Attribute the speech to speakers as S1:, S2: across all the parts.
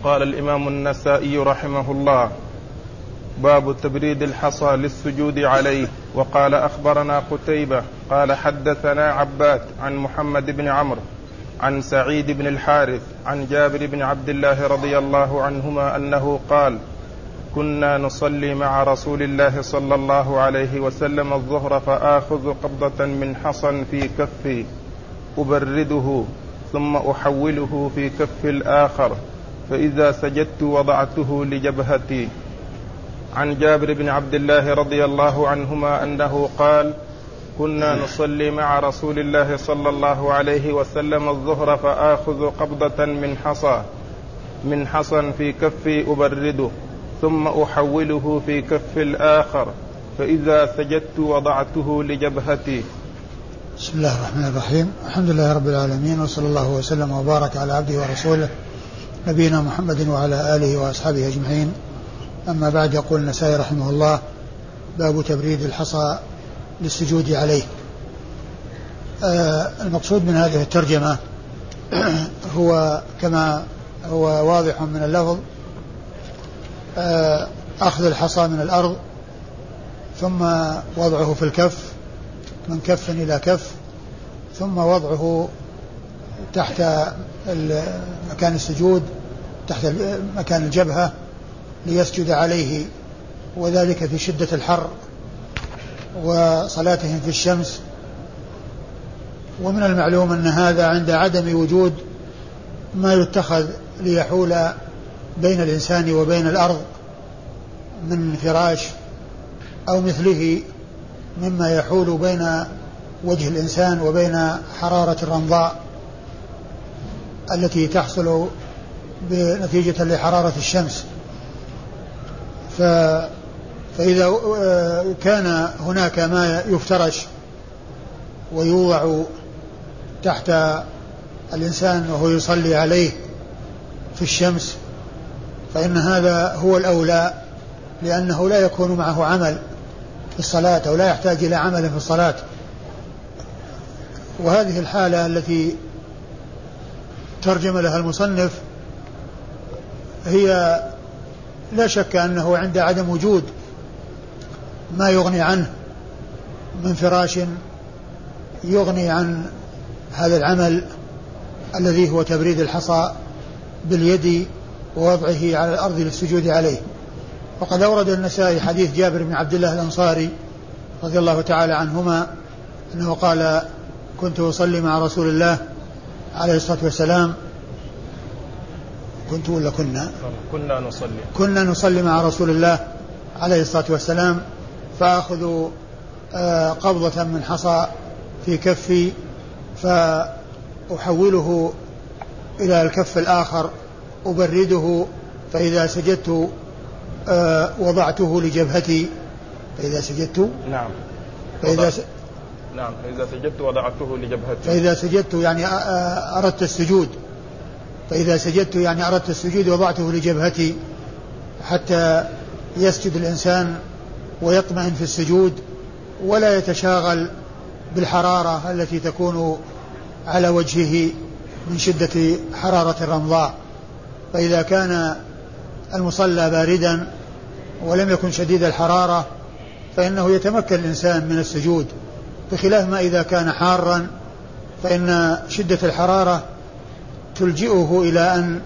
S1: قال الإمام النسائي رحمه الله: باب تبريد الحصى للسجود عليه. وقال أخبرنا قتيبة قال حدثنا عباد عن محمد بن عمرو عن سعيد بن الحارث عن جابر بن عبد الله رضي الله عنهما أنه قال: كنا نصلي مع رسول الله صلى الله عليه وسلم الظهر فآخذ قبضة من حصى في كفي أبرده ثم أحوله في كف الآخر، فإذا سجدت وضعته لجبهتي. عن جابر بن عبد الله رضي الله عنهما أنه قال: كنا نصلي مع رسول الله صلى الله عليه وسلم الظهر فآخذ قبضة من حصى في كفي أبرده ثم أحوله في كف الآخر، فإذا سجدت وضعته لجبهتي.
S2: بسم الله الرحمن الرحيم. الحمد لله رب العالمين، وصلى الله وسلم وبارك على عبده ورسوله نبينا محمد وعلى آله وأصحابه أجمعين. أما بعد، يقول النسائي رحمه الله: باب تبريد الحصى للسجود عليه. المقصود من هذه الترجمة هو كما هو واضح من اللفظ أخذ الحصى من الأرض ثم وضعه في الكف من كف إلى كف، ثم وضعه تحت مكان السجود، تحت مكان الجبهة ليسجد عليه، وذلك في شدة الحر وصلاتهم في الشمس. ومن المعلوم أن هذا عند عدم وجود ما يتخذ ليحول بين الإنسان وبين الأرض من فراش أو مثله مما يحول بين وجه الإنسان وبين حرارة الرمضاء التي تحصل بنتيجة لحرارة الشمس. فإذا كان هناك ما يفترش ويوضع تحت الإنسان وهو يصلي عليه في الشمس، فإن هذا هو الأولى، لأنه لا يكون معه عمل في الصلاة أو لا يحتاج إلى عمل في الصلاة. وهذه الحالة التي ترجم لها المصنف هي لا شك أنه عند عدم وجود ما يغني عنه من فراش يغني عن هذا العمل الذي هو تبريد الحصى باليد ووضعه على الأرض للسجود عليه. وقد أورد النسائي حديث جابر بن عبد الله الأنصاري رضي الله تعالى عنهما أنه قال: كنت أصلي مع رسول الله عليه الصلاة والسلام كنا نصلي مع رسول الله عليه الصلاة والسلام فأخذ قبضة من حصى في كفي فأحوله إلى الكف الآخر أبرده، فإذا سجدت وضعته لجبهتي. فإذا سجدت فإذا
S1: سجدت وضعته لجبهتي.
S2: فإذا سجدت يعني أردت السجود. فإذا سجدت يعني أردت السجود وضعته لجبهتي حتى يسجد الإنسان ويطمئن في السجود ولا يتشاغل بالحرارة التي تكون على وجهه من شدة حرارة الرمضاء. فإذا كان المصلى باردا ولم يكن شديد الحرارة فإنه يتمكن الإنسان من السجود، بخلاف ما إذا كان حارا فإن شدة الحرارة تلجئه إلى أن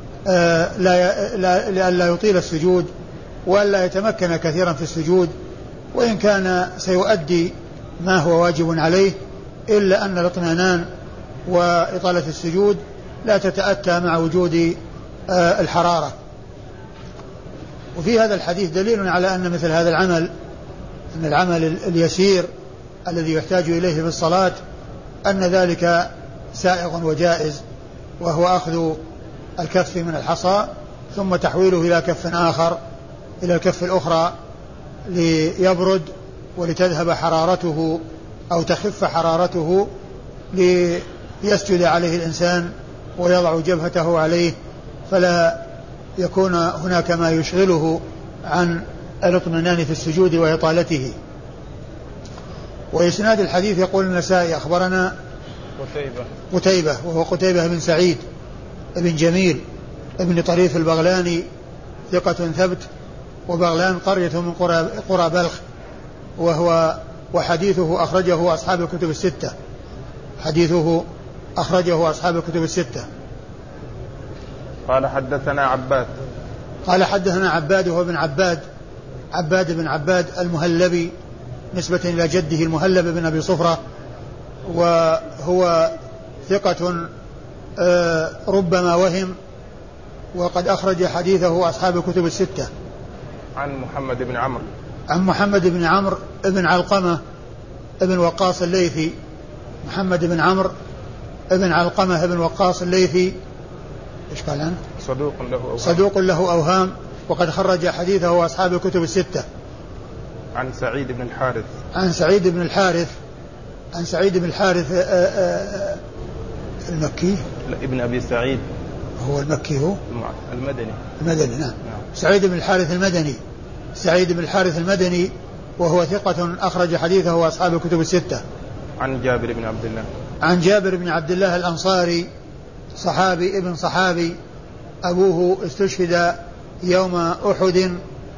S2: لا يطيل السجود ولا يتمكن كثيرا في السجود، وإن كان سيؤدي ما هو واجب عليه، إلا أن الاطمئنان وإطالة السجود لا تتأتى مع وجود الحرارة. وفي هذا الحديث دليل على أن مثل هذا العمل، أن العمل اليسير الذي يحتاج إليه في الصلاة، أن ذلك سائغ وجائز، وهو أخذ الكف من الحصى ثم تحويله إلى كف آخر، إلى الكف الأخرى ليبرد ولتذهب حرارته أو تخف حرارته، ليسجد عليه الإنسان ويضع جبهته عليه، فلا يكون هناك ما يشغله عن الاطمئنان في السجود وإطالته. وإسناد الحديث يقول النسائي: أخبرنا قتيبة وهو قتيبة بن سعيد بن جميل ابن طريف البغلاني ثقة ثبت، وبغلان قرية من قرى بلخ، وحديثه أخرجه أصحاب الكتب الستة. حديثه أخرجه أصحاب الكتب الستة.
S1: قال حدثنا عباد.
S2: قال حدثنا عباد وهو بن عباد بن عباد المهلبي نسبة إلى جده المهلب بن أبي صفرة، وهو ثقة ربما وهم، وقد أخرج حديثه أصحاب الكتب الستة.
S1: عن محمد بن عمرو.
S2: عن محمد بن عمرو بن علقمة ابن وقاص الليثي. محمد بن عمرو ابن علقمة ابن وقاص الليثي إيش قال عنه؟ صدوق له أوهام، وقد خرج حديثه أصحاب الكتب الستة.
S1: عن سعيد بن الحارث.
S2: عن سعيد بن الحارث المكي.
S1: لا، ابن أبي سعيد.
S2: هو المكي، هو المدني. نعم.
S1: سعيد بن
S2: الحارث المدني وهو ثقة أخرج حديثه أصحاب الكتب الستة.
S1: عن
S2: جابر بن عبد الله الأنصاري، صحابي ابن صحابي، أبوه استشهد يوم أحد،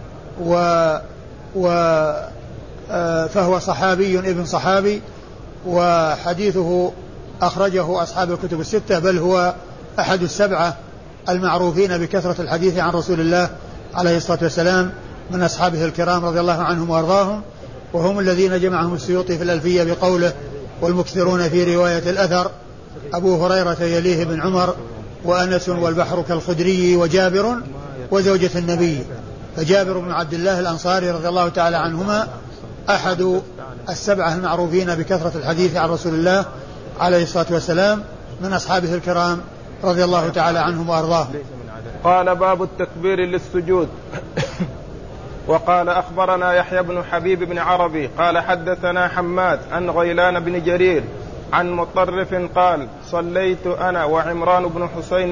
S2: فهو صحابي ابن صحابي، وحديثه أخرجه أصحاب الكتب الستة، بل هو أحد السبعة المعروفين بكثرة الحديث عن رسول الله عليه الصلاة والسلام من أصحابه الكرام رضي الله عنهم وأرضاهم، وهم الذين جمعهم السيوطي في الألفية بقوله: والمكثرون في رواية الأثر أبو هريرة يليه بن عمر وأنس والبحر كالخدري وجابر وزوجة النبي. فجابر بن عبد الله الأنصاري رضي الله تعالى عنهما أحد السبعة المعروفين بكثرة الحديث عن رسول الله عليه الصلاة والسلام من أصحابه الكرام رضي الله تعالى عنهم وأرضاهم.
S1: قال: باب التكبير للسجود. وقال: أخبرنا يحيى بن حبيب بن عربي قال حدثنا حماد عن غيلان بن جرير عن مطرف قال: صليت أنا وعمران بن حسين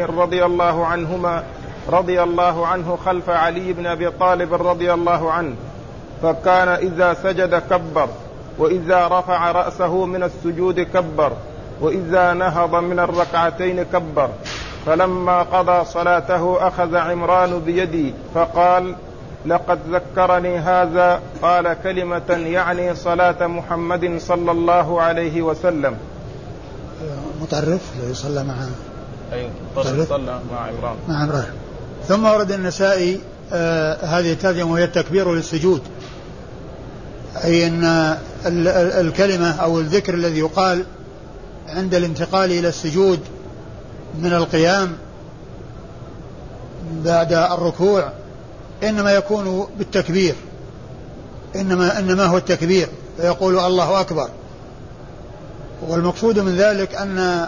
S1: رضي الله عنه خلف علي بن أبي طالب رضي الله عنه، فكان إذا سجد كبر، وإذا رفع رأسه من السجود كبر، وإذا نهض من الركعتين كبر. فلما قضى صلاته أخذ عمران بيدي فقال: لقد ذكرني هذا. قال كلمة يعني صلاة محمد صلى الله عليه وسلم.
S2: مطرف صلى مع
S1: صلى مع عمران.
S2: ثم ورد النسائي هذه الترجمة وهي التكبير للسجود، أي أن الكلمة أو الذكر الذي يقال عند الانتقال إلى السجود من القيام بعد الركوع إنما يكون بالتكبير، إنما هو التكبير، فيقول الله أكبر. والمقصود من ذلك أن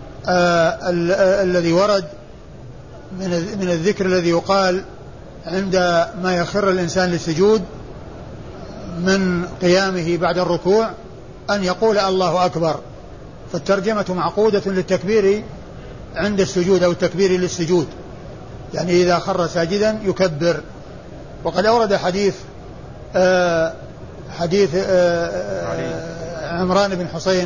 S2: الذي ورد من الذكر الذي يقال عند ما يخر الإنسان للسجود من قيامه بعد الركوع أن يقول الله أكبر. فالترجمة معقودة للتكبير عند السجود أو التكبير للسجود، يعني إذا خر ساجدا يكبر. وقد أورد حديث عمران بن حسين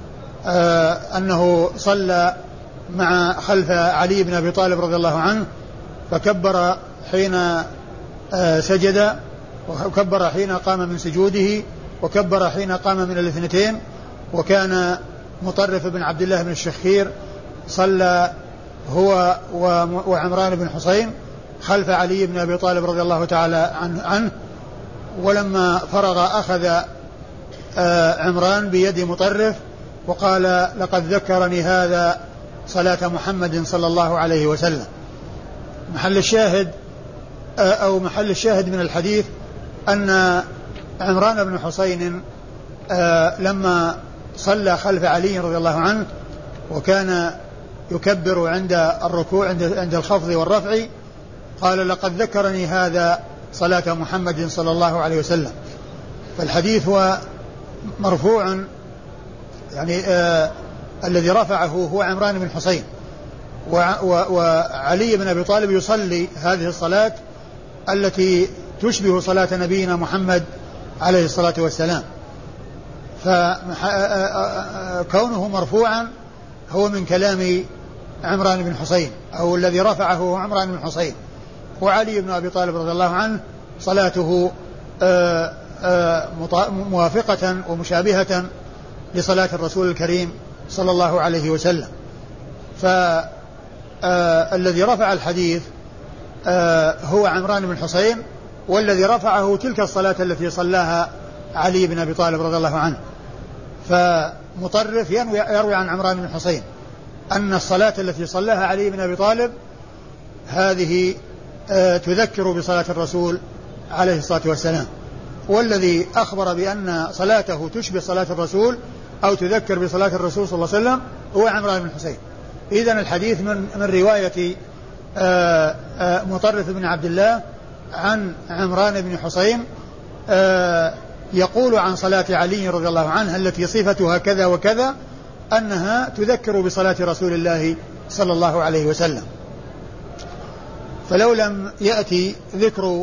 S2: أنه صلى خلف علي بن أبي طالب رضي الله عنه، فكبر حين سجد، وكبر حين قام من سجوده، وكبر حين قام من الاثنتين. وكان مطرف بن عبد الله بن الشخير صلى هو وعمران بن حسين خلف علي بن أبي طالب رضي الله تعالى عنه. ولما فرغ أخذ عمران بيد مطرف وقال: لقد ذكرني هذا صلاة محمد صلى الله عليه وسلم. محل الشاهد من الحديث أن عمران بن حسين لما صلى خلف علي رضي الله عنه وكان يكبر عند الركوع عند الخفض والرفع، قال: لقد ذكرني هذا صلاة محمد صلى الله عليه وسلم. فالحديث هو مرفوع، يعني الذي رفعه هو عمران بن حسين، وعلي بن أبي طالب يصلي هذه الصلاة التي تشبه صلاة نبينا محمد عليه الصلاة والسلام. فكونه مرفوعا هو من كلام عمران بن حسين، أو الذي رفعه هو عمران بن حسين. وعلي بن أبي طالب رضي الله عنه صلاته موافقة ومشابهة لصلاة الرسول الكريم صلى الله عليه وسلم. فالذي رفع الحديث هو عمران بن حسين، والذي رفعه تلك الصلاة التي صلاها علي بن أبي طالب رضي الله عنه. فمطرف يروي عن عمران بن حسين أن الصلاة التي صلاها علي بن أبي طالب هذه تذكر بصلاة الرسول عليه الصلاة والسلام، والذي أخبر بأن صلاته تشبه صلاة الرسول أو تذكر بصلاة الرسول صلى الله عليه وسلم هو عمران بن حسين. إذن الحديث من رواية مطرف بن عبد الله عن عمران بن حسين يقول عن صلاة علي رضي الله عنه التي صفتها كذا وكذا أنها تذكر بصلاة رسول الله صلى الله عليه وسلم. فلو لم يأتي ذكر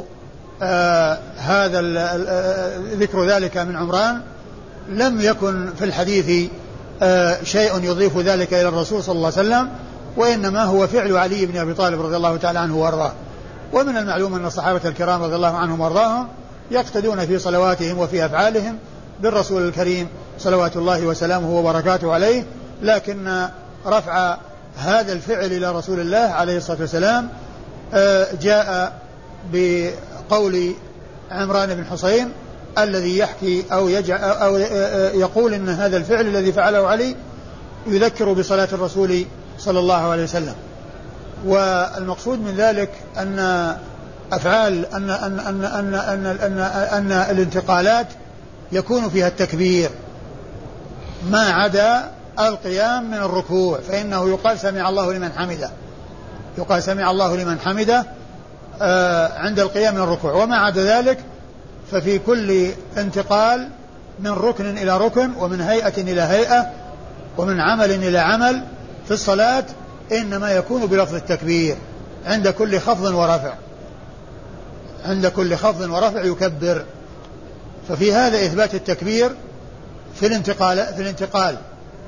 S2: ذكر ذلك من عمران لم يكن في الحديث شيء يضيف ذلك إلى الرسول صلى الله عليه وسلم، وإنما هو فعل علي بن أبي طالب رضي الله تعالى عنه وارضاه. ومن المعلوم أن الصحابة الكرام رضي الله عنهم وارضاهم يقتدون في صلواتهم وفي أفعالهم بالرسول الكريم صلوات الله وسلامه وبركاته عليه، لكن رفع هذا الفعل إلى رسول الله عليه الصلاة والسلام جاء بقول عمران بن حسين الذي يحكي أو يقول إن هذا الفعل الذي فعله علي يذكر بصلاة الرسول صلى الله عليه وسلم. والمقصود من ذلك أن أفعال أن الانتقالات يكون فيها التكبير ما عدا القيام من الركوع، فإنه يقال سمع الله لمن حمده، يقال سمع الله لمن حمده عند القيام من الركوع. وما عدا ذلك ففي كل انتقال من ركن إلى ركن ومن هيئة إلى هيئة ومن عمل إلى عمل في الصلاة إنما يكون بلفظ التكبير عند كل خفض ورفع، عند كل خفض ورفع يكبر. ففي هذا إثبات التكبير في الانتقال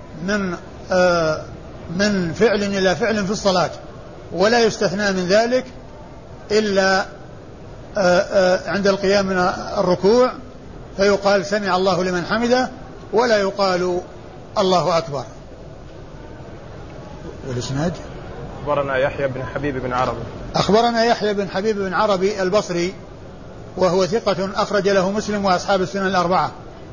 S2: من فعل إلى فعل في الصلاة، ولا يستثنى من ذلك إلا عند القيام من الركوع فيقال سمع الله لمن حمده ولا يقال الله أكبر. والإسناد
S1: أخبرنا يحيى بن حبيب بن عربي،
S2: أخبرنا يحيى بن حبيب بن عربي البصري وهو ثقة أخرج له مسلم وأصحاب السنن الأربعة.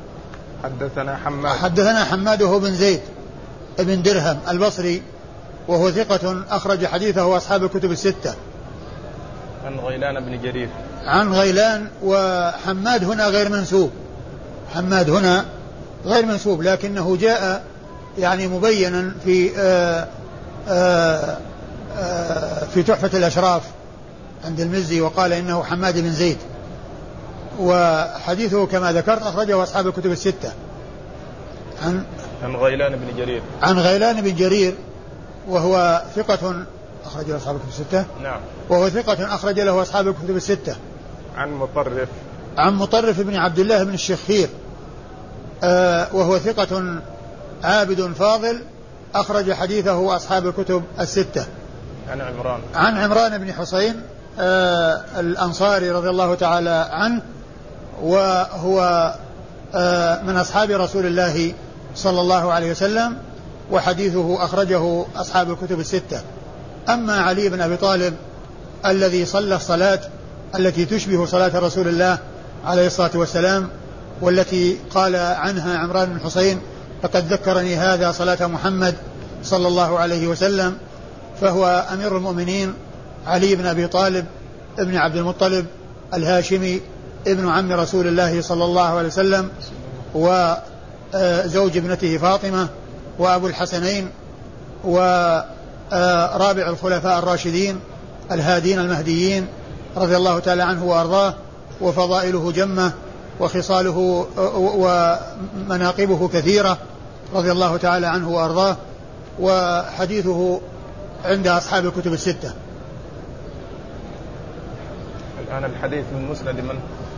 S2: حدثنا حماد وهو بن زيد بن درهم البصري وهو ثقة أخرج حديثه وأصحاب الكتب الستة.
S1: عن غيلان بن جرير،
S2: عن غيلان. وحماد هنا غير منسوب، حماد هنا غير منسوب، لكنه جاء يعني مبينا في تحفة الأشراف عند المزي وقال إنه حماد بن زيد، وحديثه كما ذكرت أخرجه أصحاب الكتب الستة.
S1: عن غيلان بن جرير،
S2: عن غيلان بن جرير وهو ثقة أخرج له أصحاب الكتب الستة.
S1: نعم.
S2: وهو ثقة أخرج له أصحاب الكتب الستة. عن مطرف بن عبد الله بن الشخير وهو ثقة عابد فاضل أخرج حديثه أصحاب الكتب الستة. عن عمران بن حسين الأنصاري رضي الله تعالى عنه، وهو من أصحاب رسول الله صلى الله عليه وسلم، وحديثه أخرجه أصحاب الكتب الستة. أما علي بن أبي طالب الذي صلى الصلاة التي تشبه صلاة رسول الله عليه الصلاة والسلام والتي قال عنها عمران بن حسين لقد ذكرني هذا صلاة محمد صلى الله عليه وسلم، فهو أمير المؤمنين علي بن أبي طالب ابن عبد المطلب الهاشمي ابن عم رسول الله صلى الله عليه وسلم، وزوج ابنته فاطمة، وأبو الحسنين، ورابع الخلفاء الراشدين الهادين المهديين رضي الله تعالى عنه وأرضاه. وفضائله جمة وخصاله ومناقبه كثيرة رضي الله تعالى عنه وأرضاه، وحديثه عند أصحاب الكتب الستة.
S1: الآن الحديث من مسند من؟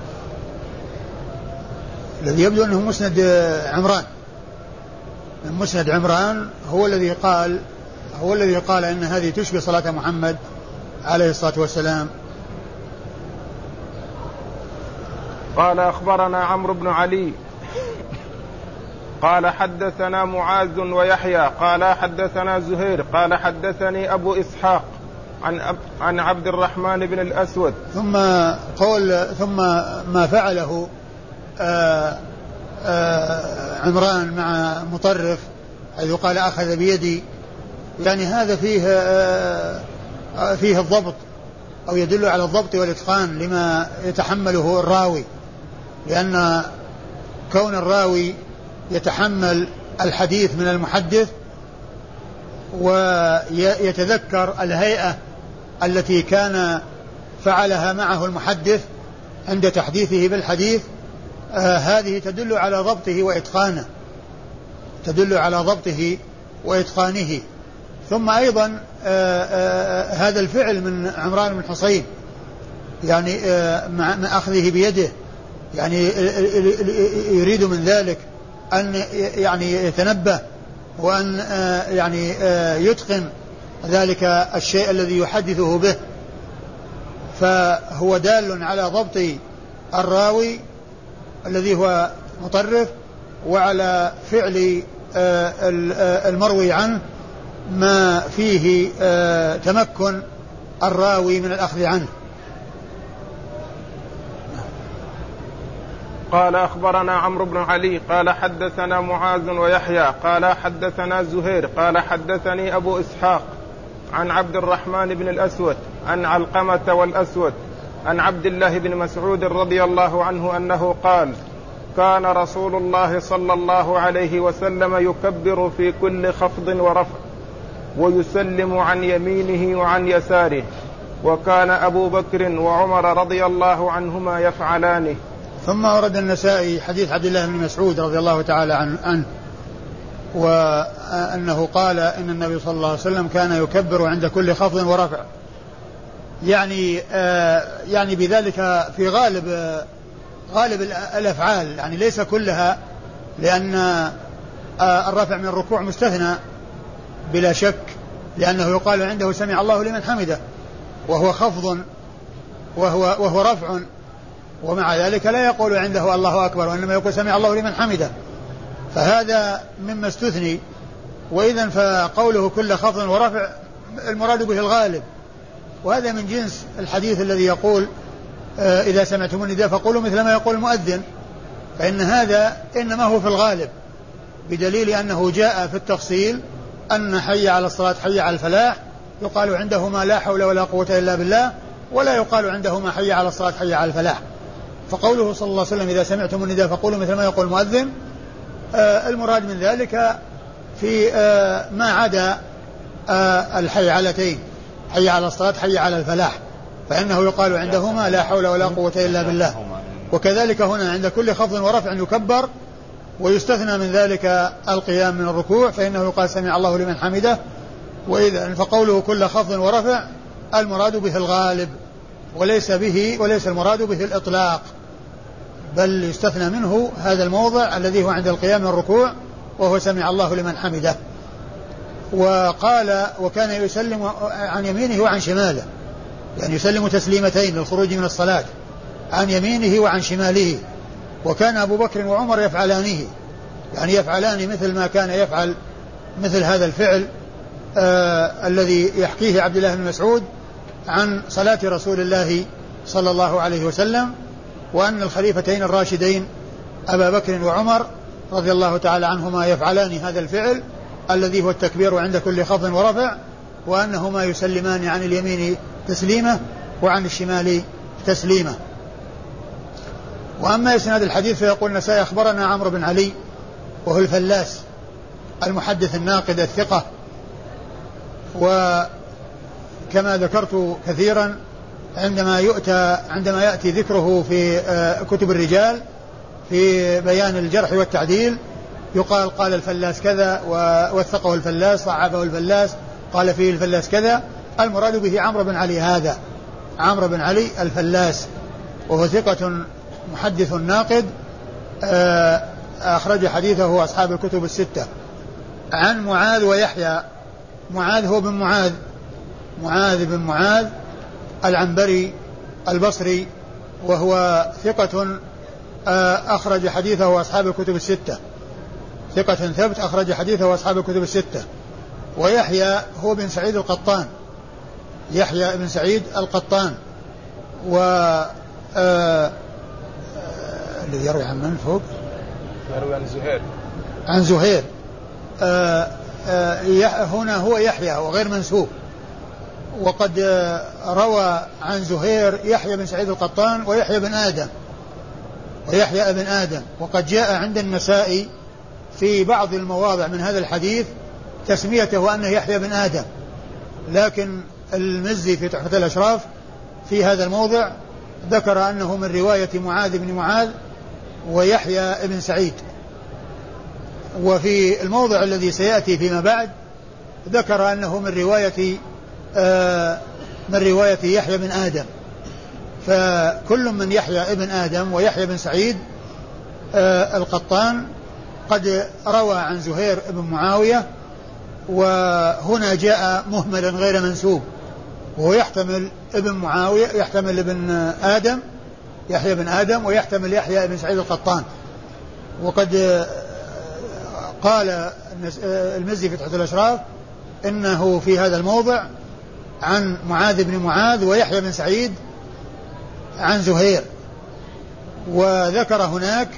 S2: الذي يبدو أنه مسند عمران، من مسند عمران هو الذي قال هو الذي قال إن هذه تشبه صلاة محمد عليه الصلاة والسلام.
S1: قال أخبرنا عمرو بن علي قال حدثنا معاذ ويحيى قال حدثنا زهير قال حدثني أبو إسحاق عن عبد الرحمن بن الأسود.
S2: ثم ما فعله عمران مع مطرف حيث قال أخذ بيدي، يعني هذا فيه الضبط أو يدل على الضبط والإتقان لما يتحمله الراوي، لأن كون الراوي يتحمل الحديث من المحدث ويتذكر الهيئة التي كان فعلها معه المحدث عند تحديثه بالحديث، هذه تدل على ضبطه وإتقانه. ثم أيضا هذا الفعل من عمران بن حصين يعني مع أخذه بيده، يعني يريد من ذلك أن يعني يتنبه وأن يعني يتقن ذلك الشيء الذي يحدثه به، فهو دال على ضبط الراوي الذي هو مطرف وعلى فعل المروي عنه ما فيه تمكن الراوي من الأخذ عنه.
S1: قال أخبرنا عمرو بن علي قال حدثنا معاذ ويحيى قال حدثنا زهير قال حدثني أبو إسحاق عن عبد الرحمن بن الأسود عن علقمة والأسود عن عبد الله بن مسعود رضي الله عنه أنه قال: كان رسول الله صلى الله عليه وسلم يكبر في كل خفض ورفع ويسلم عن يمينه وعن يساره، وكان أبو بكر وعمر رضي الله عنهما يفعلانه.
S2: ثم ورد النسائي حديث عبد الله بن مسعود رضي الله تعالى عنه وأنه قال إن النبي صلى الله عليه وسلم كان يكبر عند كل خفض ورفع، يعني بذلك في غالب الأفعال، يعني ليس كلها، لأن الرفع من الركوع مستثنى بلا شك، لأنه يقال عنده سمع الله لمن حمده، وهو خفض وهو رفع، ومع ذلك لا يقول عنده الله أكبر، وإنما يقول سمع الله لمن حمده، فهذا مما استثني. وإذن فقوله كل خفض ورفع المراد به الغالب، وهذا من جنس الحديث الذي يقول إذا سمعتم النداء فقولوا مثل ما يقول المؤذن، فإن هذا إنما هو في الغالب، بدليل أنه جاء في التفصيل أن حي على الصلاة حي على الفلاح يقال عندهما لا حول ولا قوة إلا بالله، ولا يقال عندهما حي على الصلاة حي على الفلاح. فقوله صلى الله عليه وسلم إذا سمعتم النداء فقولوا مثل ما يقول المؤذن، المراد من ذلك في ما عدا الحيعلتين، حي على الصلاة حي على الفلاح، فإنه يقال عندهما لا حول ولا قوة إلا بالله. وكذلك هنا عند كل خفض ورفع يكبر، ويستثنى من ذلك القيام من الركوع، فإنه يقال سمع الله لمن حمده. وإذا فقوله كل خفض ورفع المراد به الغالب، وليس المراد به الإطلاق، بل يستثنى منه هذا الموضع الذي هو عند القيام من الركوع وهو سمع الله لمن حمده. وقال وكان يسلم عن يمينه وعن شماله، يعني يسلم تسليمتين للخروج من الصلاة، عن يمينه وعن شماله. وكان أبو بكر وعمر يفعلانه، يعني يفعلان مثل ما كان يفعل مثل هذا الفعل الذي يحكيه عبد الله بن مسعود عن صلاة رسول الله صلى الله عليه وسلم، وأن الخليفتين الراشدين أبا بكر وعمر رضي الله تعالى عنهما يفعلان هذا الفعل الذي هو التكبير عند كل خفض ورفع، وأنهما يسلمان عن اليمين تسليمة وعن الشمال تسليمة. وأما إسناد الحديث فيقول النسائي أخبرنا عمرو بن علي وهو الفلاس المحدث الناقد الثقة، وكما ذكرت كثيرا عندما يأتي ذكره في كتب الرجال في بيان الجرح والتعديل يقال قال الفلاس كذا، ووثقه الفلاس، صعبه الفلاس، قال فيه الفلاس كذا. المراد به عمرو بن علي، هذا عمرو بن علي الفلاس، وهو ثقة محدث ناقد أخرج حديثه أصحاب الكتب الستة. عن معاذ ويحيى، معاذ هو بن معاذ، معاذ بن معاذ العنبري البصري، وهو ثقة أخرج حديثه أصحاب الكتب الستة، ثقة ثبت أخرج حديثه أصحاب الكتب الستة. ويحيى هو بن سعيد القطان، يحيى بن سعيد القطان، و الذي يروي عن من فوق؟
S1: يروي عن زهير،
S2: عن زهير. هنا هو يحيى وغير منسوب، وقد روى عن زهير يحيى بن سعيد القطان ويحيى بن آدم، ويحيى بن آدم. وقد جاء عند النسائي في بعض المواضع من هذا الحديث تسميته أنه يحيى بن آدم، لكن المزي في تحفة الأشراف في هذا الموضع ذكر أنه من رواية معاذ بن معاذ ويحيى بن سعيد. وفي الموضع الذي سيأتي فيما بعد ذكر أنه من رواية يحيى بن آدم. فكل من يحيى بن آدم ويحيى بن سعيد القطان قد روى عن زهير بن معاوية، وهنا جاء مهملا غير منسوب، وهو يحتمل ابن معاوية، يحتمل ابن آدم يحيى بن آدم، ويحتمل يحيى بن سعيد القطان. وقد قال المزي في تحفة الأشراف إنه في هذا الموضع عن معاذ بن معاذ ويحيى بن سعيد عن زهير، وذكر هناك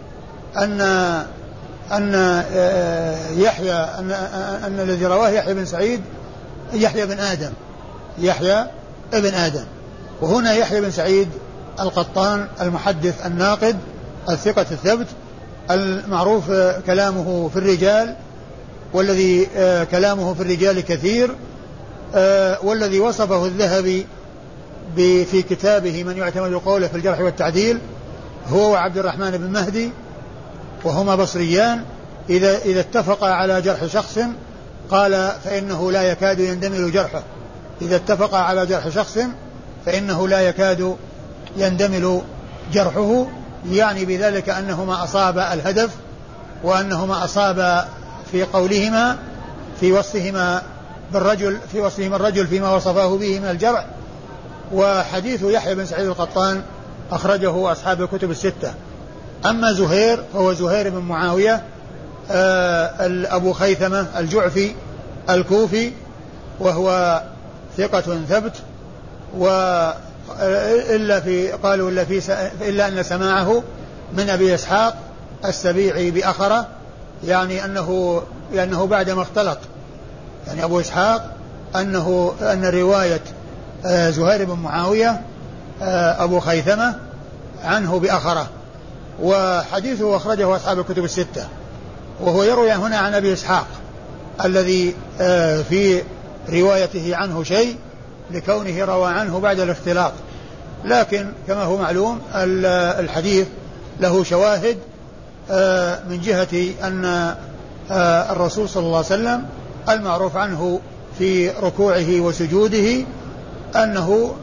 S2: أن يحيى أن الذي رواه يحيى بن سعيد يحيى بن آدم، يحيى ابن آدم. وهنا يحيى بن سعيد القطان المحدث الناقد الثقة الثبت المعروف كلامه في الرجال، والذي كلامه في الرجال كثير، والذي وصفه الذهبي في كتابه من يعتمد قوله في الجرح والتعديل هو وعبد الرحمن بن مهدي، وهما بصريان، إذا اتفقا على جرح شخص قال فإنه لا يكاد يندمل جرحه، إذا اتفقا على جرح شخص فإنه لا يكاد يندمل جرحه، يعني بذلك أنهما أصاب الهدف، وأنهما أصاب في قولهما في وصفهما بالرجل، في وصفهما الرجل فيما وصفاه به من الجرح. وحديث يحيى بن سعيد القطان أخرجه أصحاب الكتب الستة. أما زهير فهو زهير بن معاوية أبو خيثمة الجعفي الكوفي، وهو ثقة ثبت، إلا أن سماعه من أبي إسحاق السبيعي بأخره، يعني أنه بعدما اختلط، يعني أبو إسحاق أن رواية زهير بن معاوية أبو خيثمة عنه بأخره. وحديثه أخرجه أصحاب الكتب الستة، وهو يروي هنا عن أبي إسحاق الذي في روايته عنه شيء لكونه روى عنه بعد الاختلاط، لكن كما هو معلوم الحديث له شواهد من جهة أن الرسول صلى الله عليه وسلم المعروف عنه في ركوعه وسجوده أنه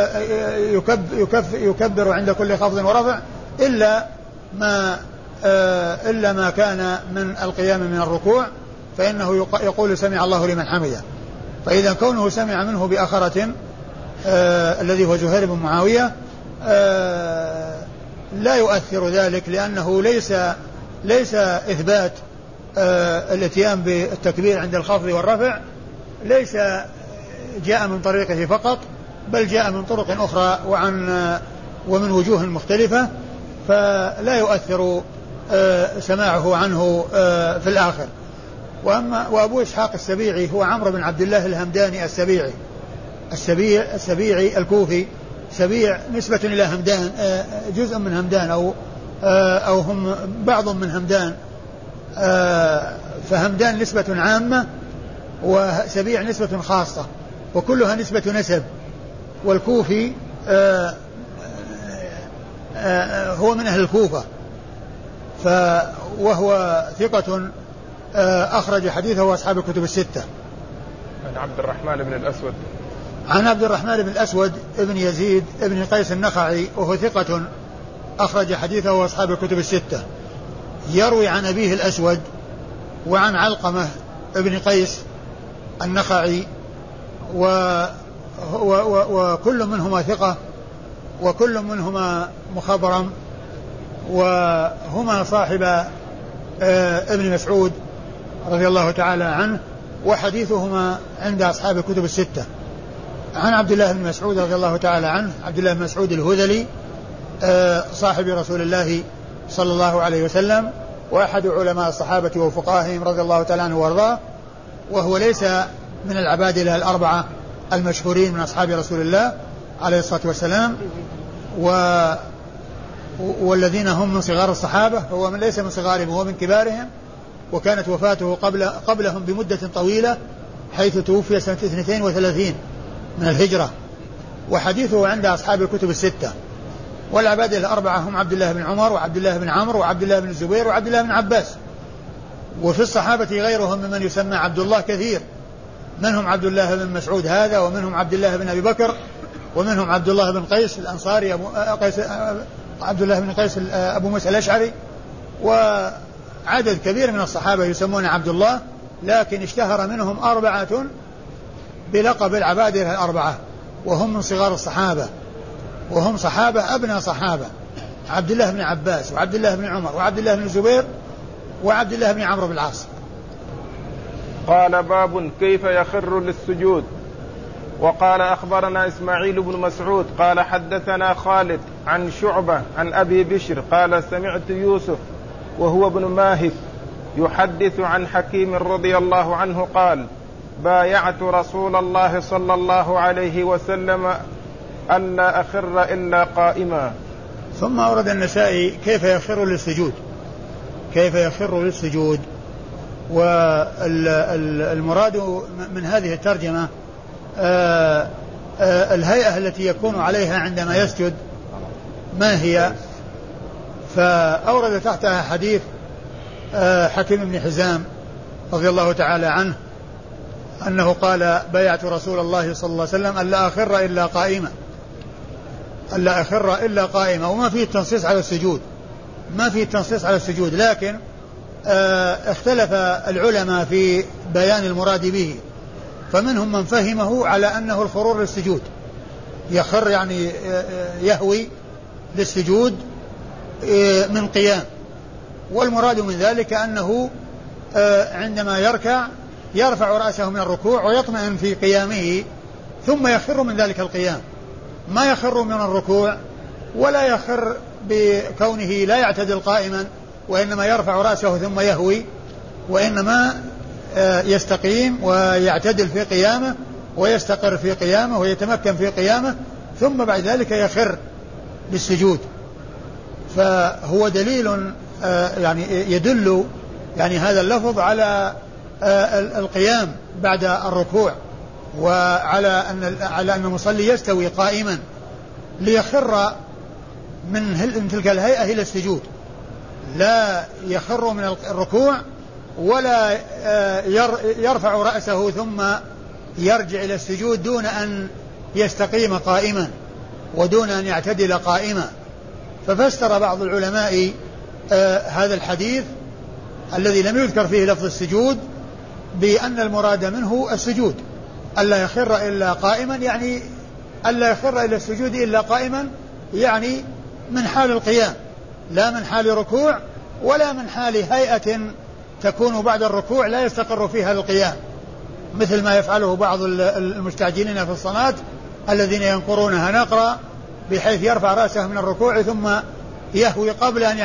S2: يكبر عند كل خفض ورفع إلا ما كان من القيام من الركوع، فإنه يقول سمع الله لمن حمده. فإذا كونه سمع منه بأخرة الذي هو زهير بن معاوية لا يؤثر ذلك، لأنه ليس إثبات الاتيان بالتكبير عند الخفض والرفع ليس جاء من طريقه فقط، بل جاء من طرق أخرى ومن وجوه مختلفة، فلا يؤثر سماعه عنه في الآخر. وأبو إسحاق السبيعي هو عمرو بن عبد الله الهمداني السبيعي الكوفي. سبيع نسبة إلى همدان، جزء من همدان أو هم بعض من همدان، فهمدان نسبة عامة وسبيع نسبة خاصة، وكلها نسبة نسب. والكوفي هو من أهل الكوفة، وهو ثقة أخرج حديثه أصحاب الكتب الستة.
S1: عن عبد الرحمن بن الأسود،
S2: عن عبد الرحمن بن الأسود ابن يزيد ابن قيس النخعي، وهو ثقة أخرج حديثه أصحاب الكتب الستة. يروي عن أبيه الأسود وعن علقمة ابن قيس النخعي، وكل منهما ثقة، وكل منهما مخضرم، وهما صاحب ابن مسعود رضي الله تعالى عنه، وحديثهما عند أصحاب الكتب الستة. عن عبد الله بن مسعود رضي الله تعالى عنه، عبد الله بن مسعود الهذلي صاحب رسول الله صلى الله عليه وسلم، وأحد علماء الصحابة وفقهاهم رضي الله تعالى عنه وارضاه، وهو ليس من العبادلة الأربعة المشهورين من أصحاب رسول الله عليه الصلاة والسلام، والذين هم من صغار الصحابة، هو من ليس من صغارهم، هو من كبارهم، وكانت وفاته قبلهم بمدة طويلة، حيث توفي سنة 32 من الهجرة، وحديثه عند أصحاب الكتب الستة. والعبادة الأربعة هم عبد الله بن عمر، وعبد الله بن عمرو، وعبد الله بن الزبير، وعبد الله بن عباس. وفي الصحابة غيرهم ممن يسمى عبد الله كثير، منهم عبد الله بن مسعود هذا، ومنهم عبد الله بن أبي بكر، ومنهم عبد الله بن قيس الأنصاري عبد الله بن قيس أبو موسى الأشعري، وعدد كبير من الصحابة يسمون عبد الله، لكن اشتهر منهم 4 بلقب العبادة الأربعة، وهم من صغار الصحابة، وهم صحابة أبناء صحابة، عبد الله بن عباس، وعبد الله بن عمر، وعبد الله بن الزبير، وعبد الله بن عمرو بن العاص.
S1: قال: باب كيف يخر للسجود. وقال: أخبرنا إسماعيل بن مسعود قال حدثنا خالد عن شعبة عن أبي بشر قال: سمعت يوسف وهو ابن ماهك يحدث عن حكيم رضي الله عنه قال: بايعت رسول الله صلى الله عليه وسلم ألا أخر إلا قائما.
S2: ثم أورد النسائي كيف يخر للسجود، كيف يخر للسجود. والمراد من هذه الترجمة الهيئة التي يكون عليها عندما يسجد ما هي، فأورد تحتها حديث حكيم بن حزام رضي الله تعالى عنه أنه قال: بايعت رسول الله صلى الله عليه وسلم ألا أخر إلا قائما، ألا أخر إلا قائما. وما فيه التنصيص على السجود، ما فيه التنصيص على السجود، لكن اختلف العلماء في بيان المراد به، فمنهم من فهمه على أنه الخرور للسجود، يخر يعني يهوي للسجود من قيام، والمراد من ذلك أنه عندما يركع يرفع رأسه من الركوع ويطمئن في قيامه ثم يخر من ذلك القيام، ما يخر من الركوع ولا يخر بكونه لا يعتدل قائما، وإنما يرفع رأسه ثم يهوي، وإنما يستقيم ويعتدل في قيامه ويستقر في قيامه ويتمكن في قيامه، ثم بعد ذلك يخر للسجود. فهو دليل يعني يدل يعني هذا اللفظ على القيام بعد الركوع، وعلى أن المصلي يستوي قائما ليخر من تلك الهيئة إلى السجود، لا يخر من الركوع ولا يرفع رأسه ثم يرجع إلى السجود دون أن يستقيم قائما ودون أن يعتدل قائما. ففسر بعض العلماء هذا الحديث الذي لم يذكر فيه لفظ السجود بأن المراد منه السجود، ألا يخر إلا قائما، يعني ألا يخر إلى السجود إلا قائما، يعني من حال القيام، لا من حال ركوع ولا من حال هيئة تكون بعد الركوع لا يستقر فيها القيام، مثل ما يفعله بعض المستعجلين في الصلاة الذين ينقرونها نقرا بحيث يرفع رأسه من الركوع ثم يهوي قبل أن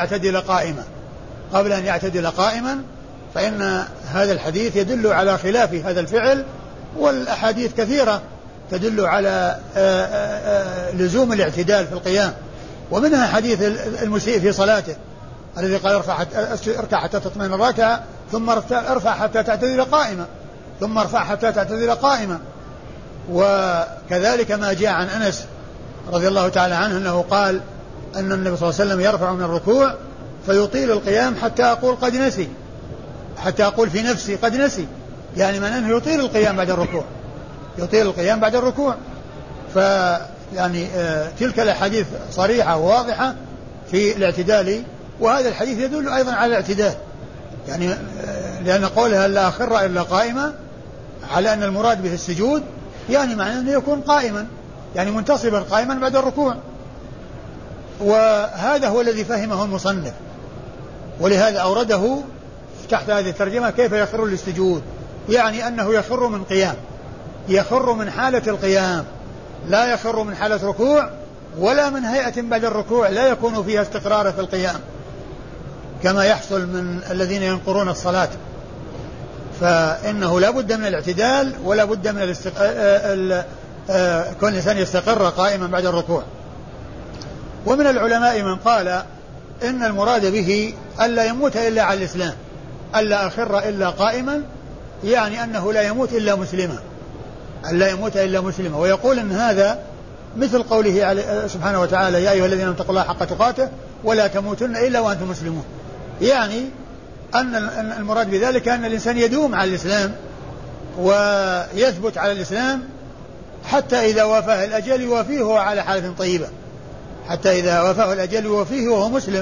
S2: يعتدل قائما، فإن هذا الحديث يدل على خلاف هذا الفعل، والأحاديث كثيرة تدل على لزوم الاعتدال في القيام، ومنها حديث المسيء في صلاته الذي قال: اركع حتى تطمئن الركعة ثم ارفع حتى تعتدل قائما. وكذلك ما جاء عن أنس رضي الله تعالى عنه أنه قال أن النبي صلى الله عليه وسلم يرفع من الركوع فيطيل القيام حتى أقول قد نسي، حتى أقول في نفسي قد نسي، يعني من أنه يطيل القيام بعد الركوع، فيعني تلك الأحاديث صريحة وواضحة في الاعتدال، وهذا الحديث يدل أيضا على الاعتدال، يعني لأن قولها لا أخر إلا قائمة على أن المراد به السجود يعني معناه أنه يكون قائما، يعني منتصبا قائما بعد الركوع، وهذا هو الذي فهمه المصنف، ولهذا أورده تحت هذه الترجمة كيف يخر للسجود، يعني أنه يخر من قيام، يخر من حالة القيام، لا يخر من حالة ركوع ولا من هيئة بعد الركوع لا يكون فيها استقرار في القيام كما يحصل من الذين ينقرون الصلاة. فإنه لا بد من الاعتدال ولا بد من كون الإنسان يستقر قائما بعد الركوع. ومن العلماء من قال إن المراد به ألا يموت إلا على الإسلام، ألا أخر إلا قائما، يعني أنه لا يموت إلا مسلما، ألا يموت إلا مسلما. ويقول إن هذا مثل قوله سبحانه وتعالى يا أيها الذين آمنوا اتقوا الله حق تقاته ولا تموتن إلا وأنتم مسلمون، يعني أن المراد بذلك أن الإنسان يدوم على الإسلام ويثبت على الإسلام حتى إذا وافاه الأجل يوافيه وهو على حالة طيبة، حتى إذا وافاه الأجل يوافيه وهو مسلم.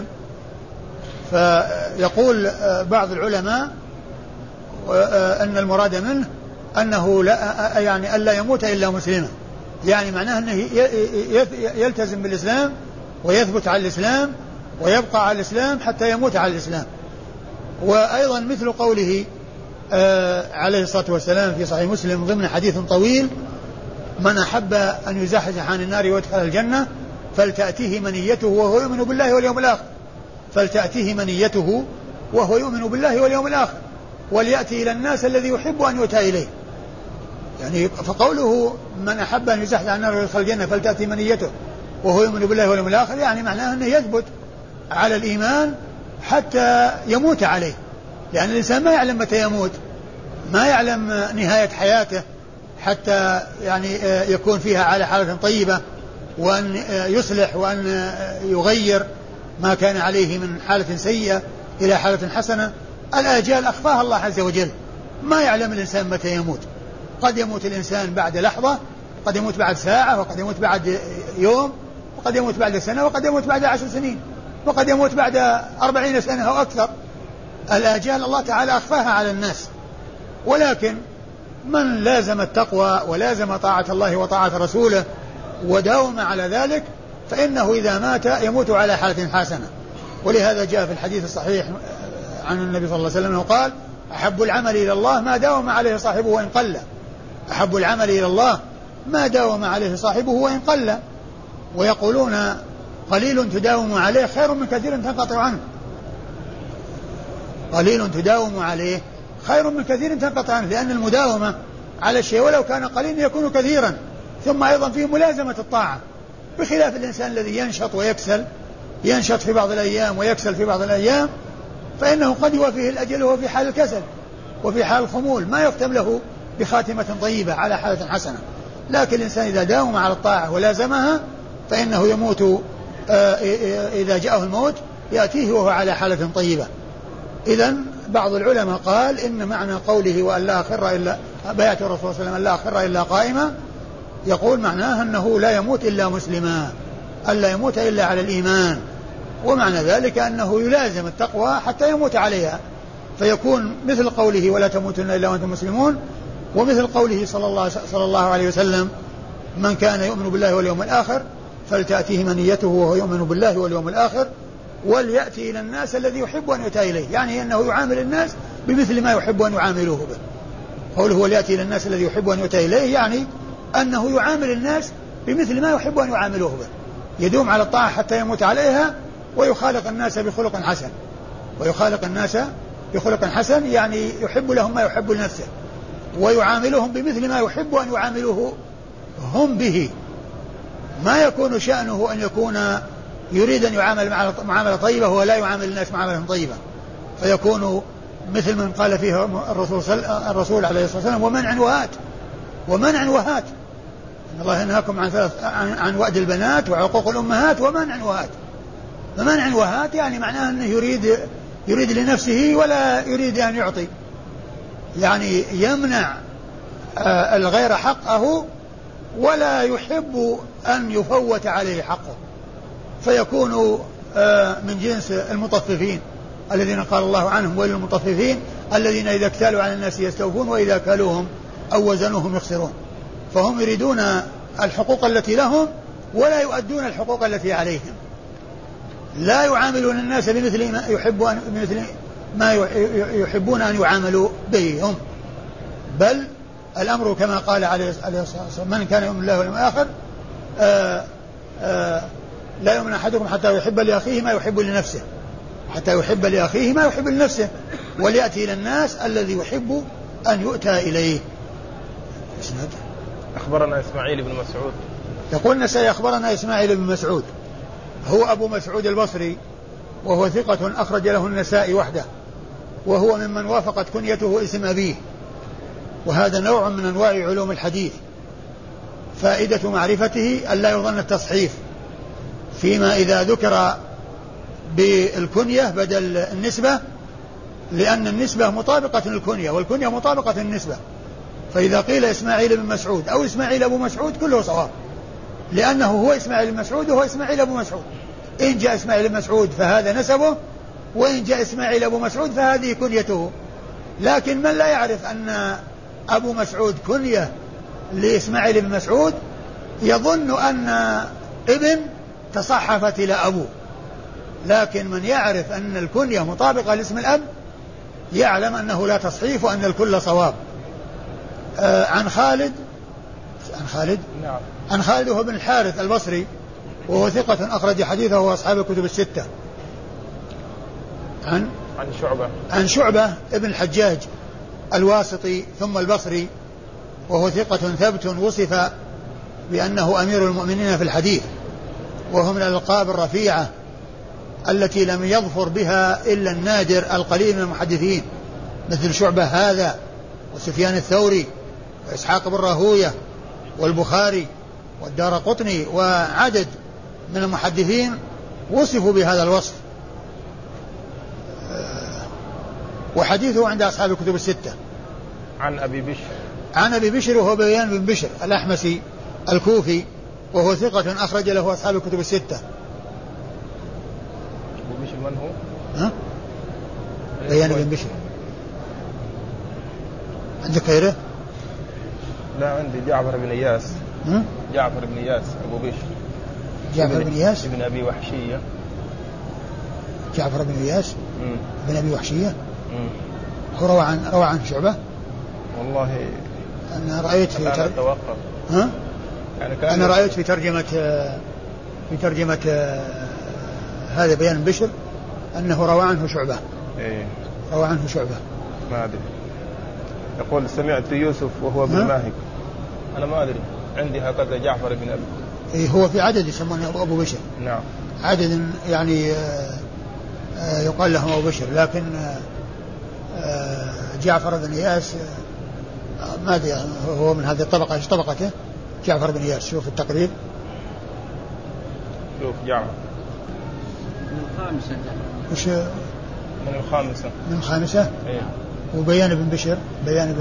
S2: فيقول بعض العلماء أن المراد منه أنه لا يعني ألا يموت إلا مسلما، يعني معناه أنه يلتزم بالإسلام ويثبت على الإسلام ويبقى على الإسلام حتى يموت على الإسلام. وأيضا مثل قوله عليه الصلاة والسلام في صحيح مسلم ضمن حديث طويل من أحب أن يزحزح عن النار ويدخل الجنة فلتأتيه منيته وهو يؤمن بالله واليوم الآخر، فلتأتيه منيته وهو يؤمن بالله واليوم الآخر وليأتي إلى الناس الذي يحب أن يؤتى إليه. يعني فقوله من أحب أن يزحزح عن النار ويدخل الجنة فلتأتي منيته وهو يؤمن بالله واليوم الآخر، يعني معناه أنه يثبت على الإيمان حتى يموت عليه، لأن الإنسان ما يعلم متى يموت، ما يعلم نهاية حياته حتى يعني يكون فيها على حالة طيبة وأن يصلح وأن يغير ما كان عليه من حالة سيئة إلى حالة حسنة. الآجال أخفاها الله عز وجل، ما يعلم الإنسان متى يموت، قد يموت الإنسان بعد لحظة، قد يموت بعد ساعة، وقد يموت بعد يوم، وقد يموت بعد سنة، وقد يموت بعد 10 سنين، وقد يموت بعد 40 سنة أو أكثر. الآجال الله تعالى أخفاها على الناس، ولكن من لازم التقوى ولازم طاعة الله وطاعة رسوله وداوم على ذلك فإنه إذا مات يموت على حالة حسنة. ولهذا جاء في الحديث الصحيح عن النبي صلى الله عليه وسلم قال أحب العمل إلى الله ما داوم عليه صاحبه وإن قل، أحب العمل إلى الله ما داوم عليه صاحبه وإن قل. ويقولون قليل تداوم عليه خير من كثير تنقطع عنه، قليل تداوم عليه خير من كثير تنقطع عنه، لأن المداومة على الشيء ولو كان قليلا يكون كثيرا. ثم أيضا فيه ملازمة الطاعة، بخلاف الإنسان الذي ينشط ويكسل، ينشط في بعض الأيام ويكسل في بعض الأيام، فإنه قد يوافيه الأجل وهو في حال الكسل وفي حال الخمول، ما يختم له بخاتمة طيبة على حالة حسنة. لكن الإنسان إذا داوم على الطاعة ولازمها فإنه يموت إذا جاءه الموت يأتيه وهو على حالة طيبة. إذن بعض العلماء قال إن معنى قوله وأن لا أخر إلا بيعة الرسول صلى الله عليه وسلم لا أخر إلا قائما، يقول معناه أنه لا يموت إلا مسلما، ألا يموت إلا على الإيمان، ومعنى ذلك أنه يلازم التقوى حتى يموت عليها، فيكون مثل قوله ولا تموتن إلا وأنتم مسلمون، ومثل قوله صلى الله عليه وسلم من كان يؤمن بالله واليوم الآخر فلتأتيه منيته وهو يؤمن بالله واليوم الآخر وليأتي إلى الناس الذي يحب أن يؤتى إليه، يعني أنه يعامل الناس بمثل ما يحب أن يعاملوه به. قوله وليأتي إلى الناس الذي يحب أن يؤتى إليه يعني أنه يعامل الناس بمثل ما يحب أن يعاملوه به، يدوم على الطاعة حتى يموت عليها، ويخالق الناس بخلق حسن، ويخالق الناس بخلق حسن يعني يحب لهم ما يحب لنفسه، ويعاملهم بمثل ما يحب أن يعاملوه هم به، ما يكون شأنه أن يكون يريد أن يعامل معاملة طيبة ولا يعامل الناس معاملة طيبة، فيكون مثل من قال فيه الرسول عليه الصلاة والسلام ومنع وهات إن الله ينهاكم عن وأد البنات وعقوق الأمهات ومنع وهات. فمنع وهات يعني معناه أنه يريد لنفسه ولا يريد أن يعطي، يعني يمنع الغير حقه ولا يحب أن يفوت عليه حقه، فيكون من جنس المطففين الذين قال الله عنهم وللمطففين الذين إذا اكتالوا على الناس يستوفون وإذا كالوهم أو وزنوهم يخسرون. فهم يريدون الحقوق التي لهم ولا يؤدون الحقوق التي عليهم، لا يعاملون الناس بمثل ما يحبون أن يعاملوا به هم، بل الأمر كما قال عليه الصلاة والسلام: من كان يؤمن الله واليوم الآخر لا يؤمن أحدكم حتى يحب لأخيه ما يحب لنفسه، حتى يحب لأخيه ما يحب لنفسه، وليأتي إلى الناس الذي يحب أن يؤتى إليه.
S1: أخبرنا إسماعيل بن مسعود.
S2: يقول النسائي: أخبرنا إسماعيل بن مسعود، هو أبو مسعود البصري، وهو ثقة أخرج له النسائي وحده، وهو ممن وافقت كنيته اسم أبيه، وهذا نوع من أنواع علوم الحديث. فائدة معرفته أن لا يظن التصحيف فيما إذا ذكر بالكنية بدل النسبة، لأن النسبة مطابقة للكنية والكنية مطابقة للنسبة. فإذا قيل إسماعيل بن مسعود أو إسماعيل أبو مسعود كله صواب، لأنه هو إسماعيل بن مسعود وهو إسماعيل أبو مسعود. إن جاء إسماعيل بن مسعود فهذا نسبه، وإن جاء إسماعيل أبو مسعود فهذه كنيته. لكن من لا يعرف أن أبو مسعود كنية لإسماعيل بن مسعود يظن أن ابن تصحفت إلى أبو، لكن من يعرف أن الكنية مطابقة لاسم الأب يعلم أنه لا تصحيف وأن الكل صواب. عن خالد
S1: نعم.
S2: عن خالد هو بن الحارث البصري، وهو ثقة أخرج حديثه وأصحاب الكتب الستة. عن شعبة ابن الحجاج الواسطي ثم البصري، وهو ثقة ثبت وصف بأنه أمير المؤمنين في الحديث، وهو من الألقاب الرفيعة التي لم يظفر بها إلا النادر القليل من المحدثين، مثل شعبة هذا وسفيان الثوري وإسحاق بن راهوية والبخاري والدارقطني وعدد من المحدثين وصفوا بهذا الوصف. وحديثه عند أصحاب الكتب الستة. عن أبي بشر وهو بيان بن بشر الأحمسي الكوفي، وهو ثقة أخرج له أصحاب الكتب الستة.
S1: أبو بشر من هو؟
S2: بيان بن بشر. عندك غيره؟
S1: لا عندي جعفر بن إياس. جعفر بن إياس أبو بشر.
S2: جعفر بن إياس
S1: ابن أبي وحشية.
S2: جعفر بن إياس ابن أبي وحشية. هو روى عن شعبة.
S1: والله
S2: أنا رأيت أنا رأيت في ترجمة هذا بيان بشر أنه روى عنه شعبة. روى عنه شعبة.
S1: ما أدري. يقول سمعت يوسف وهو ابن ماهك. أنا ما أدري، عندي هكذا جعفر بن أبي.
S2: هو في عدد يسمونه أبو بشر.
S1: نعم.
S2: عدد يعني يقال له أبو بشر، لكن جعفر بن إياس ما أدري هو من هذه الطبقة. إيش طبقته؟ جعفر بن إياس شوف التقريب.
S1: شوف جعفر
S3: من الخامسة.
S2: وش من الخامسة؟
S1: إيه.
S2: وبيان بن بشر. الأحمسي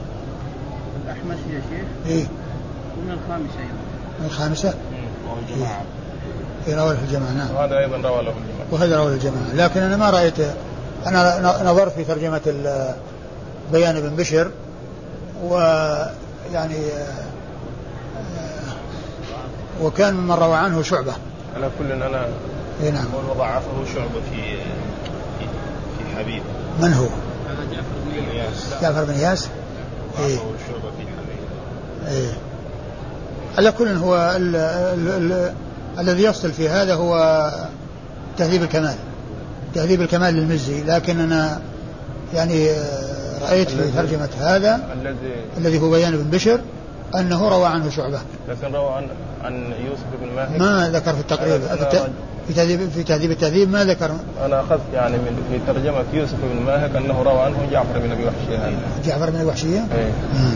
S3: يا شيخ.
S2: إيه.
S3: ومن الخامسة أيضا.
S2: من الخامسة.
S1: والجماعة.
S2: إيه رواه الجماعة. نعم.
S1: وهذا أيضا رواه الجماعة.
S2: وهذا رواه الجماعة، لكن أنا ما رأيت. أنا نظرت في ترجمة بيان بن بشر، ويعني وكان من روى عنه شعبة.
S1: على كل أنا.
S2: إيه نعم.
S1: وضعفه شعبة في حبيب.
S2: من هو؟
S1: جعفر بن إياس.
S2: إيه.
S1: شعبة في حبيب.
S2: إيه. على كل هو الذي يفصل في هذا هو تهذيب الكمال للمزي، لكن أنا يعني رأيت في ترجمة هذا الذي هو بيان بن بشر أنه روى عنه شعبة،
S1: لكن روى عن يوسف بن ماهك
S2: ما ذكر في التقريب. في تهذيب التهذيب ما ذكر.
S1: أنا أخذت يعني في ترجمة يوسف بن ماهك أنه روى عنه جعفر بن أبي وحشية.
S2: جعفر بن أبي وحشية.
S1: إيه.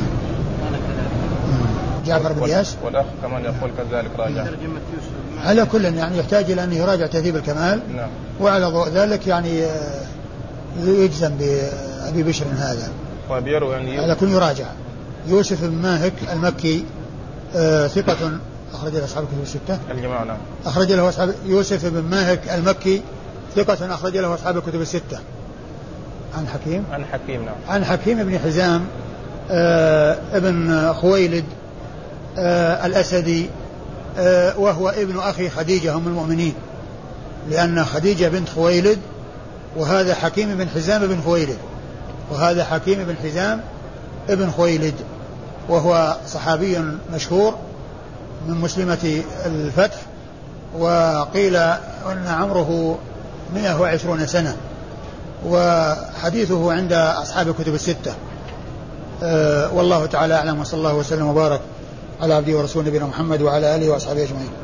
S2: جعفر بن إياس.
S1: والأخ كمان يقول كذلك راجع.
S2: على كل يعني يحتاج إلى أن يراجع تهذيب الكمال.
S1: نعم.
S2: وعلى ضوء ذلك يعني يجزم بأبي بشر هذا.
S1: وبيروي يعني
S2: على كل يراجع. يوسف بن ماهك المكي ثقة أخرج له أصحاب الكتب الستة.
S1: الجماعة. نعم.
S2: أخرج له أصحاب. يوسف بن ماهك المكي ثقة أخرج له أصحاب الكتب الستة. عن حكيم.
S1: نعم.
S2: عن حكيم بن حزام ابن خويلد الأسدي، وهو ابن أخي خديجة أم المؤمنين، لأن خديجة بنت خويلد وهذا حكيم بن حزام بن خويلد، وهذا حكيم بن حزام ابن خويلد، وهو صحابي مشهور من مسلمة الفتح، وقيل أن عمره 120 سنة، وحديثه عند أصحاب الكتب الستة. والله تعالى أعلم، وصلى الله وسلم وبارك على عبده ورسوله نبينا محمد وعلى آله وأصحابه أجمعين.